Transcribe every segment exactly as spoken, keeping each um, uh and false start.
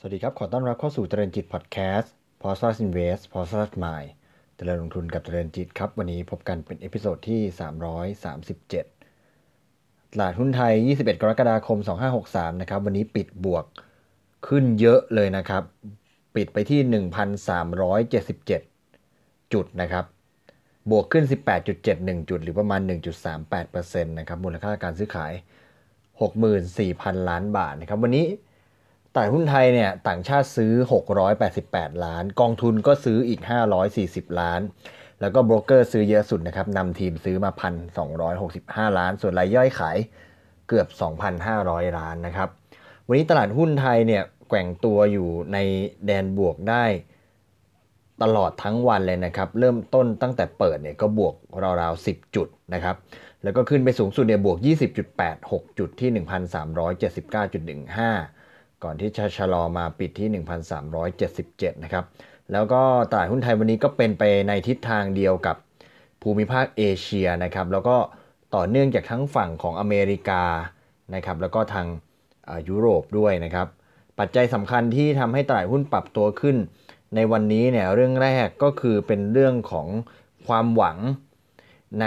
สวัสดีครับขอต้อนรับเข้าสู่เจริญจิตพอดแคสต์ Positive Invest Positive Mind เจริญลงทุนกับเจริญจิตครับวันนี้พบกันเป็นเอพิโซดที่สามร้อยสามสิบเจ็ดตลาดหุ้นไทยยี่สิบเอ็ดกรกฎาคมสองพันห้าร้อยหกสิบสามนะครับวันนี้ปิดบวกขึ้นเยอะเลยนะครับปิดไปที่ หนึ่งพันสามร้อยเจ็ดสิบเจ็ด จุดนะครับบวกขึ้น สิบแปดจุดเจ็ดหนึ่ง จุดหรือประมาณ หนึ่งจุดสามแปดเปอร์เซ็นต์ นะครับมูลค่าการซื้อขาย หกหมื่นสี่พัน ล้านบาทนะครับวันนี้ตลาดหุ้นไทยเนี่ยต่างชาติซื้อหกร้อยแปดสิบแปดล้านกองทุนก็ซื้ออีกห้าร้อยสี่สิบล้านแล้วก็โบรกเกอร์ซื้อเยอะสุดนะครับนำทีมซื้อมา หนึ่งพันสองร้อยหกสิบห้า ล้านส่วนรายย่อยขายเกือบ สองพันห้าร้อย ล้านนะครับวันนี้ตลาดหุ้นไทยเนี่ยแกว่งตัวอยู่ในแดนบวกได้ตลอดทั้งวันเลยนะครับเริ่มต้นตั้งแต่เปิดเนี่ยก็บวกราวๆสิบจุดนะครับแล้วก็ขึ้นไปสูงสุดเนี่ยบวก ยี่สิบจุดแปดหก จุดที่ หนึ่งพันสามร้อยเจ็ดสิบเก้าจุดหนึ่งห้า ก่อนที่จะชะลอมาปิดที่ หนึ่งพันสามร้อยเจ็ดสิบเจ็ด นะครับแล้วก็ตลาดหุ้นไทยวันนี้ก็เป็นไปในทิศทางเดียวกับภูมิภาคเอเชียนะครับแล้วก็ต่อเนื่องจากทั้งฝั่งของอเมริกานะครับแล้วก็ทางยุโรปด้วยนะครับปัจจัยสำคัญที่ทำให้ตลาดหุ้นปรับตัวขึ้นในวันนี้เนี่ยเรื่องแรกก็คือเป็นเรื่องของความหวังใน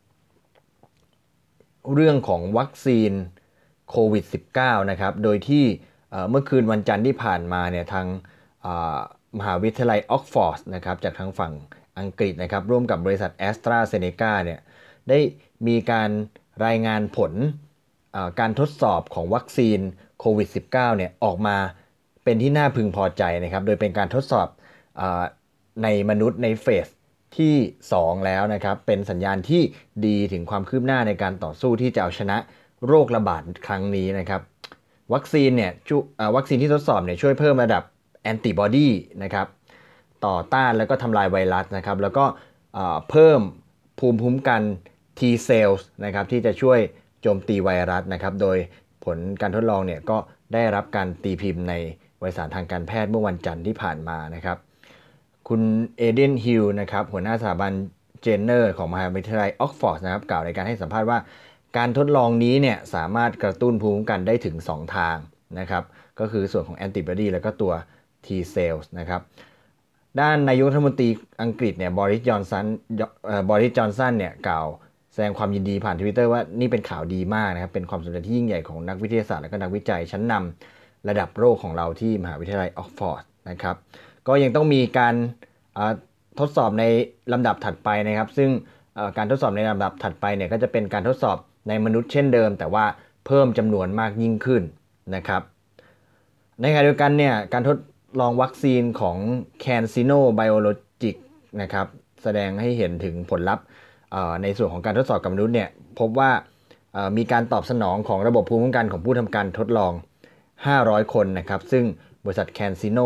เรื่องของวัคซีนโควิด สิบเก้า นะครับโดยที่เมื่อคืนวันจันทร์ที่ผ่านมาเนี่ยทางมหาวิทยาลัยออกฟอร์ดนะครับจากทางฝั่งอังกฤษนะครับร่วมกับบริษัทแอสตราเซเนกาเนี่ยได้มีการรายงานผลการทดสอบของวัคซีนโควิด สิบเก้า เนี่ยออกมาเป็นที่น่าพึงพอใจนะครับโดยเป็นการทดสอบในมนุษย์ในเฟสที่สองแล้วนะครับเป็นสัญญาณที่ดีถึงความคืบหน้าในการต่อสู้ที่จะเอาชนะโรคระบาดครั้งนี้นะครับวัคซีนเนี่ยวัคซีนที่ทดสอบเนี่ยช่วยเพิ่มระดับแอนติบอดีนะครับต่อต้านแล้วก็ทำลายไวรัสนะครับแล้วก็เพิ่มภูมิคุ้มกัน T cells นะครับที่จะช่วยโจมตีไวรัสนะครับโดยผลการทดลองเนี่ยก็ได้รับการตีพิมพ์ในวารสารทางการแพทย์เมื่อวันจันทร์ที่ผ่านมานะครับคุณเอเดนฮิลนะครับหัวหน้าสถาบันเจนเนอร์ของมหาวิทยาลัยออกฟอร์ดนะครับกล่าวในการให้สัมภาษณ์ว่าการทดลองนี้เนี่ยสามารถกระตุ้นภูมิคุ้มกันได้ถึงสองทางนะครับก็คือส่วนของแอนติบอดีแล้วก็ตัว T cells นะครับด้านนายกรัฐมนตรีอังกฤษเนี่ยบอริสจอนสันบอริสจอนสันเนี่ยกล่าวแสดงความยินดีผ่าน Twitter ว่านี่เป็นข่าวดีมากนะครับเป็นความสำเร็จที่ยิ่งใหญ่ของนักวิทยาศาสตร์และก็นักวิจัยชั้นนำระดับโลกของเราที่มหาวิทยาลัยออกฟอร์ดนะครับก็ยังต้องมีการทดสอบในลำดับถัดไปนะครับซึ่งการทดสอบในลำดับถัดไปเนี่ยก็จะเป็นการทดสอบในมนุษย์เช่นเดิมแต่ว่าเพิ่มจำนวนมากยิ่งขึ้นนะครับในขณะเดียวกันเนี่ยการทดลองวัคซีนของ CanSino Biologics นะครับแสดงให้เห็นถึงผลลัพธ์ในส่วนของการทดสอบกับมนุษย์เนี่ยพบว่ามีการตอบสนองของระบบภูมิคุ้มกันของผู้ทำการทดลองห้าร้อยคนนะครับซึ่งบริษัท CanSino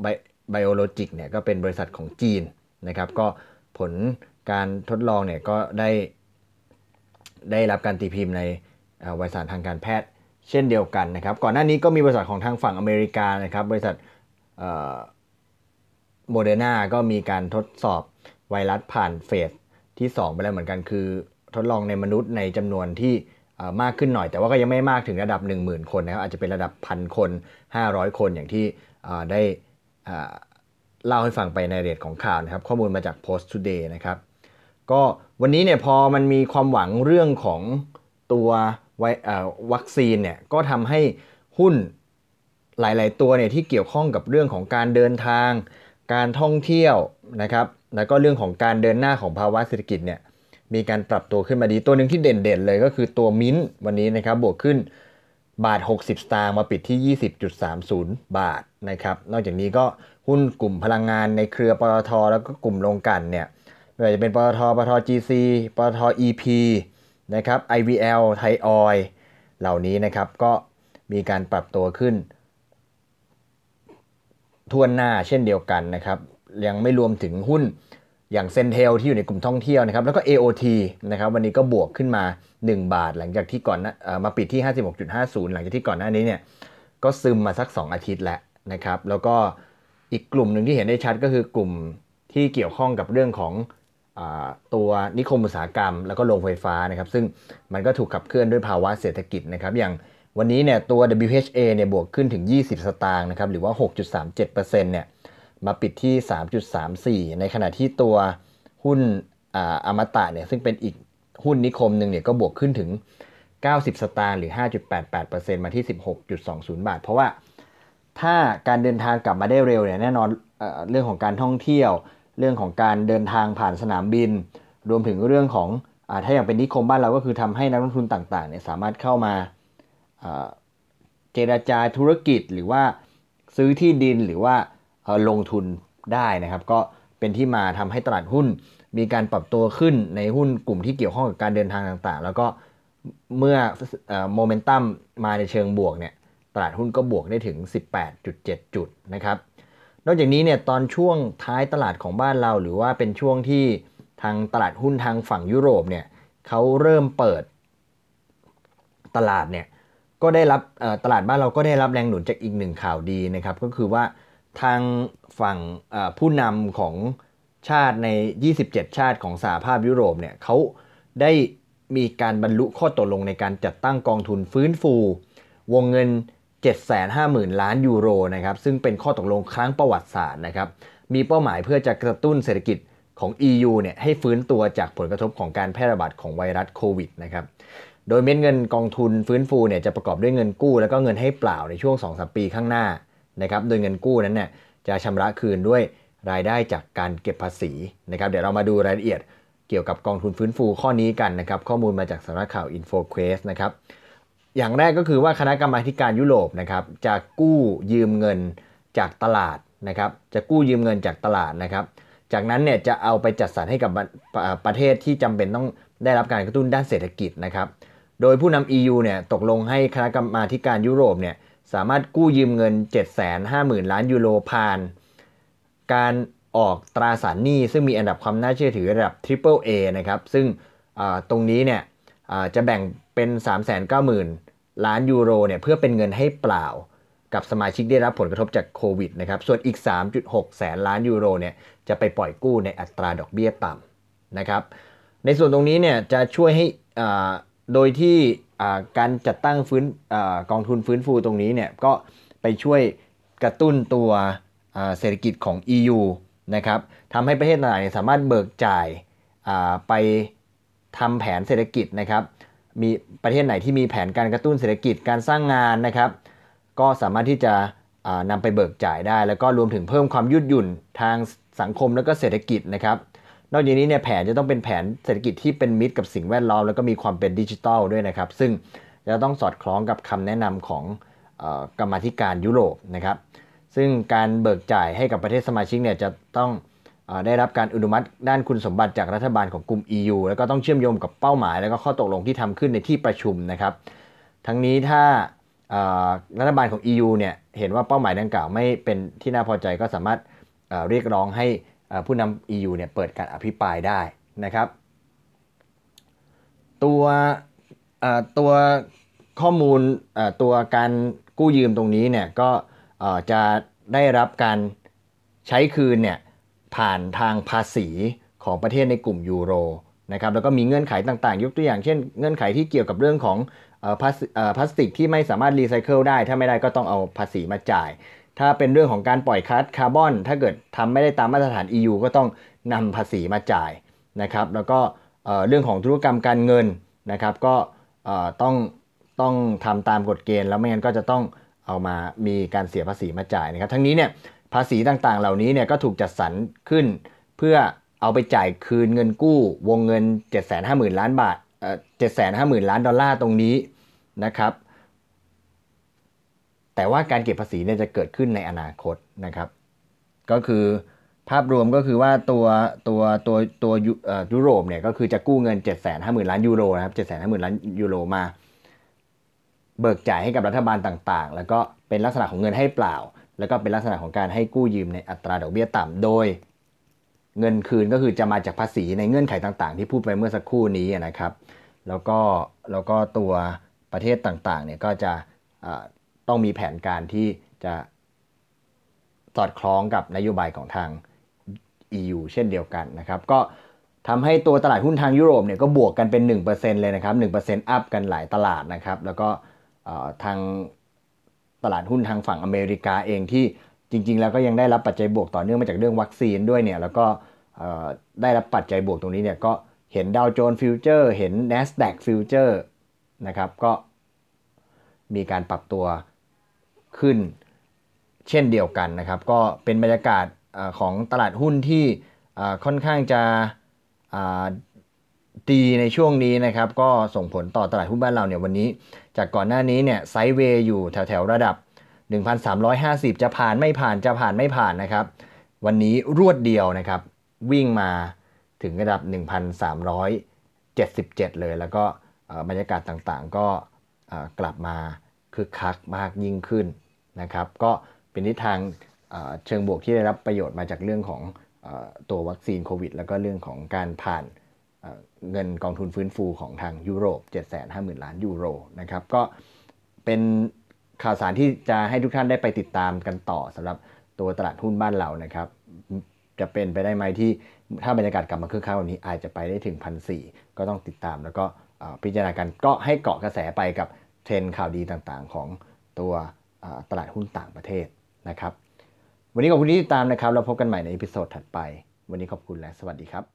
Biologics เนี่ยก็เป็นบริษัทของจีนนะครับก็ผลการทดลองเนี่ยก็ได้ได้รับการตีพิมพ์ในวารสารทางการแพทย์เช่นเดียวกันนะครับก่อนหน้านี้ก็มีบริษัทของทางฝั่งอเมริกานะครับบริษัทโมเดอร์นาก็มีการทดสอบไวรัสผ่านเฟสที่สองไปแล้วเหมือนกันคือทดลองในมนุษย์ในจำนวนที่มากขึ้นหน่อยแต่ว่าก็ยังไม่มากถึงระดับ หนึ่งหมื่น คนนะครับอาจจะเป็นระดับพันคนห้าร้อยคนอย่างที่ได้เล่าให้ฟังไปในเรทของข่าวนะครับข้อมูลมาจาก Post Today นะครับก็วันนี้เนี่ยพอมันมีความหวังเรื่องของตัววัคซีนเนี่ยก็ทำให้หุ้นหลายๆตัวเนี่ยที่เกี่ยวข้องกับเรื่องของการเดินทางการท่องเที่ยวนะครับแล้วก็เรื่องของการเดินหน้าของภาวะเศรษฐกิจเนี่ยมีการปรับตัวขึ้นมาดีตัวหนึ่งที่เด่นๆเลยก็คือตัวมิ้นท์วันนี้นะครับบวกขึ้นบาทหกสิบสตางค์มาปิดที่ ยี่สิบจุดสามศูนย์ บาทนะครับนอกจากนี้ก็หุ้นกลุ่มพลังงานในเครือปตทแล้วก็กลุ่มโรงกลั่นเนี่ยไม่ว่าจะเป็นปตทปตท จี ซี ปตท อี พี นะครับ ไอ วี แอล ไทยออยล์เหล่านี้นะครับก็มีการปรับตัวขึ้นทั่วหน้าเช่นเดียวกันนะครับยังไม่รวมถึงหุ้นอย่างเซนเทลที่อยู่ในกลุ่มท่องเที่ยวนะครับแล้วก็ เอ โอ ที นะครับวันนี้ก็บวกขึ้นมาหนึ่งบาทหลังจากที่ก่อนเอ่อมาปิดที่ ห้าสิบหกจุดห้าศูนย์ หลังจากที่ก่อนหน้านี้เนี่ยก็ซึมมาสักสองอาทิตย์แล้วนะครับแล้วก็อีกกลุ่มหนึ่งที่เห็นได้ชัดก็คือกลุ่มที่เกี่ยวข้องกับเรื่องของตัวนิคมอุตสาหกรรมแล้วก็โรงไฟฟ้านะครับซึ่งมันก็ถูกขับเคลื่อนด้วยภาวะเศรษฐกิจนะครับอย่างวันนี้เนี่ยตัว ดับเบิลยู เอช เอ เนี่ยบวกขึ้นถึงยี่สิบสตางค์นะครับหรือว่า หกจุดสามเจ็ดเปอร์เซ็นต์ เนี่ยมาปิดที่ สามจุดสามสี่ ในขณะที่ตัวหุ้นอ่าอมตะเนี่ยซึ่งเป็นอีกหุ้นนิคมหนึ่งเนี่ยก็บวกขึ้นถึงเก้าสิบสตางค์หรือ ห้าจุดแปดแปดเปอร์เซ็นต์ มาที่ สิบหกจุดสองศูนย์ บาทเพราะว่าถ้าการเดินทางกลับมาได้เร็วเนี่ยแน่นอน เอ่อ เรื่องของการท่องเที่ยวเรื่องของการเดินทางผ่านสนามบินรวมถึงเรื่องของอ่าถ้าอย่างเป็นนิคมบ้านเราก็คือทำให้นักลงทุนต่างๆเนี่ยสามารถเข้ามาเจรจาธุรกิจหรือว่าซื้อที่ดินหรือว่าลงทุนได้นะครับก็เป็นที่มาทำให้ตลาดหุ้นมีการปรับตัวขึ้นในหุ้นกลุ่มที่เกี่ยวข้องกับการเดินทางต่างๆแล้วก็เมื่อโมเมนตัมมาในเชิงบวกเนี่ยตลาดหุ้นก็บวกได้ถึง สิบแปดจุดเจ็ด จุดนะครับนอกจากนี้เนี่ยตอนช่วงท้ายตลาดของบ้านเราหรือว่าเป็นช่วงที่ทางตลาดหุ้นทางฝั่งยุโรปเนี่ยเขาเริ่มเปิดตลาดเนี่ยก็ได้รับตลาดบ้านเราก็ได้รับแรงหนุนจากอีกหนึ่งข่าวดีนะครับก็คือว่าทางฝั่งผู้นำของชาติในยี่สิบเจ็ดชาติของสหภาพยุโรปเนี่ยเขาได้มีการบรรลุข้อตกลงในการจัดตั้งกองทุนฟื้นฟูวงเงิน เจ็ดแสนห้าหมื่น ล้านยูโรนะครับซึ่งเป็นข้อตกลงครั้งประวัติศาสตร์นะครับมีเป้าหมายเพื่อจะกระตุ้นเศรษฐกิจของ อี ยู เนี่ยให้ฟื้นตัวจากผลกระทบของการแพร่ระบาดของไวรัสโควิดนะครับโดยเม็ดเงินกองทุนฟื้นฟูเนี่ยจะประกอบด้วยเงินกู้แล้วก็เงินให้เปล่าในช่วง สองถึงสาม ปีข้างหน้านะครับโดยเงินกู้นั้นเนี่ยจะชำระคืนด้วยรายได้จากการเก็บภาษีนะครับเดี๋ยวเรามาดูรายละเอียดเกี่ยวกับกองทุนฟื้นฟูข้อนี้กันนะครับข้อมูลมาจากสำนักข่าว InfoQuest นะครับอย่างแรกก็คือว่าคณะกรรมาการยุโรปนะครับจะกู้ยืมเงินจากตลาดนะครับจะกู้ยืมเงินจากตลาดนะครับจากนั้นเนี่ยจะเอาไปจัดสรรให้กับประเทศที่จำเป็นต้องได้รับการกระตุ้นด้านเศรษฐกิจนะครับโดยผู้นำ อี ยู เนี่ยตกลงให้คณะกรรมาการยุโรปเนี่ยสามารถกู้ยืมเงิน เจ็ดแสนห้าหมื่น ล้านยูโรผ่านการออกตราสารหนี้ซึ่งมีอันดับความน่าเชื่อถือระดับ ทริปเปิลเอ นะครับซึ่งตรงนี้เนี่ยจะแบ่งเป็น สามแสนเก้าหมื่น ล้านยูโรเนี่ยเพื่อเป็นเงินให้เปล่ากับสมาชิกได้รับผลกระทบจากโควิดนะครับส่วนอีก สามจุดหก แสนล้านยูโรเนี่ยจะไปปล่อยกู้ในอัตราดอกเบี้ยต่ำนะครับในส่วนตรงนี้เนี่ยจะช่วยให้โดยที่การจัดตั้งฟื้นกองทุนฟื้นฟูตรงนี้เนี่ยก็ไปช่วยกระตุ้นตัวเศรษฐกิจของ อี ยู นะครับทำให้ประเทศต่างๆสามารถเบิกจ่ายไปทำแผนเศรษฐกิจนะครับมีประเทศไหนที่มีแผนการกระตุ้นเศรษฐกิจการสร้างงานนะครับก็สามารถที่จะนำไปเบิกจ่ายได้แล้วก็รวมถึงเพิ่มความยืดหยุ่นทางสังคมและก็เศรษฐกิจนะครับนอกจากนี้เนี่ยแผนจะต้องเป็นแผนเศรษฐกิจที่เป็นมิตรกับสิ่งแวดล้อมแล้วก็มีความเป็นดิจิทัลด้วยนะครับซึ่งจะต้องสอดคล้องกับคำแนะนำของเอ่อกรรมาธิการยุโรปนะครับซึ่งการเบิกจ่ายให้กับประเทศสมาชิกเนี่ยจะต้องเอ่อได้รับการอนุมัติด้านคุณสมบัติจากรัฐบาลของกลุ่ม อี ยู แล้วก็ต้องเชื่อมโยงกับเป้าหมายแล้วก็ข้อตกลงที่ทำขึ้นในที่ประชุมนะครับทั้งนี้ถ้ารัฐบาลของ อี ยู เนี่ยเห็นว่าเป้าหมายดังกล่าวไม่เป็นที่น่าพอใจก็สามารถเรียกร้องให้ผู้นำ อี ยู เนี่ยเปิดการอภิปรายได้นะครับตัวตัวข้อมูลตัวการกู้ยืมตรงนี้เนี่ยก็จะได้รับการใช้คืนเนี่ยผ่านทางภาษีของประเทศในกลุ่มยูโรนะครับแล้วก็มีเงื่อนไขต่างๆยกตัวอย่างเช่นเงื่อนไขที่เกี่ยวกับเรื่องของพลาสติกที่ไม่สามารถรีไซเคิลได้ถ้าไม่ได้ก็ต้องเอาภาษีมาจ่ายถ้าเป็นเรื่องของการปล่อยก๊าซคาร์บอนถ้าเกิดทำไม่ได้ตามมาตรฐาน อี ยู ก็ต้องนำภาษีมาจ่ายนะครับแล้วก็เรื่องของธุรกรรมการเงินนะครับก็ต้องต้องทำตามกฎเกณฑ์แล้วไม่งั้นก็จะต้องเอามามีการเสียภาษีมาจ่ายนะครับทั้งนี้เนี่ยภาษีต่างๆเหล่านี้เนี่ยก็ถูกจัดสรรขึ้นเพื่อเอาไปจ่ายคืนเงินกู้วงเงิน เจ็ดแสนห้าหมื่น ล้านบาทเอ่อ เจ็ดแสนห้าหมื่น ล้านดอลลาร์ตรงนี้นะครับแต่ว่าการเก็บภาษีเนี่ยจะเกิดขึ้นในอนาคตนะครับก็คือภาพรวมก็คือว่าตัวตัวตัวตัวยุโรปเนี่ยก็คือจะกู้เงิน เจ็ดแสนห้าหมื่น ล้านยูโรนะครับ เจ็ดแสนห้าหมื่น ล้านยูโรมาเบิกจ่ายให้กับรัฐบาลต่างๆแล้วก็เป็นลักษณะของเงินให้เปล่าแล้วก็เป็นลักษณะของการให้กู้ยืมในอัตราดอกเบี้ยต่ำโดยเงินคืนก็คือจะมาจากภาษีในเงื่อนไขต่างๆที่พูดไปเมื่อสักครู่นี้นะครับแล้วก็แล้วก็ตัวประเทศต่างๆเนี่ยก็จะต้องมีแผนการที่จะสอดคล้องกับนโยบายของทาง อี ยู เช่นเดียวกันนะครับก็ทำให้ตัวตลาดหุ้นทางยุโรปเนี่ยก็บวกกันเป็น หนึ่งเปอร์เซ็นต์ เลยนะครับ หนึ่งเปอร์เซ็นต์ อัพกันหลายตลาดนะครับแล้วก็ทางตลาดหุ้นทางฝั่งอเมริกาเองที่จริงๆแล้วก็ยังได้รับปัจจัยบวกต่อเนื่องมาจากเรื่องวัคซีนด้วยเนี่ยแล้วก็ได้รับปัจจัยบวกตรงนี้เนี่ยก็เห็นดาวโจนส์ฟิวเจอร์เห็น NASDAQ ฟิวเจอร์นะครับก็มีการปรับตัวขึ้นเช่นเดียวกันนะครับก็เป็นบรรยากาศของตลาดหุ้นที่ค่อนข้างจะดีในช่วงนี้นะครับก็ส่งผลต่อตลาดหุ้นบ้านเราเนี่ยวันนี้จากก่อนหน้านี้เนี่ยไซด์เวย์อยู่แถวๆระดับ หนึ่งพันสามร้อยห้าสิบ จะผ่านไม่ผ่านจะผ่านไม่ผ่านนะครับวันนี้รวดเดียวนะครับวิ่งมาถึงระดับ หนึ่งพันสามร้อยเจ็ดสิบเจ็ด เลยแล้วก็บรรยากาศต่างๆก็กลับมาคึกคักมากยิ่งขึ้นนะครับก็เป็นทิศทางเชิงบวกที่ได้รับประโยชน์มาจากเรื่องของตัววัคซีนโควิดแล้วก็เรื่องของการผ่านเงินกองทุนฟื้นฟูของทางยุโรป เจ็ดแสนห้าหมื่น ล้านยูโรนะครับก็เป็นข่าวสารที่จะให้ทุกท่านได้ไปติดตามกันต่อสำหรับตัวตลาดหุ้นบ้านเรานะครับจะเป็นไปได้ไหมที่ถ้าบรรยากาศกลับมาคึกคักแบบนี้อาจจะไปได้ถึง หนึ่งพันสี่ร้อย ก็ต้องติดตามแล้วก็พิจารณากันก็ให้เกาะกระแสไปกับเทรนด์ข่าวดีต่างๆของตัวตลาดหุ้นต่างประเทศนะครับวันนี้ขอบคุณที่ติดตามนะครับเราพบกันใหม่ในอีพิโซดถัดไปวันนี้ขอบคุณและสวัสดีครับ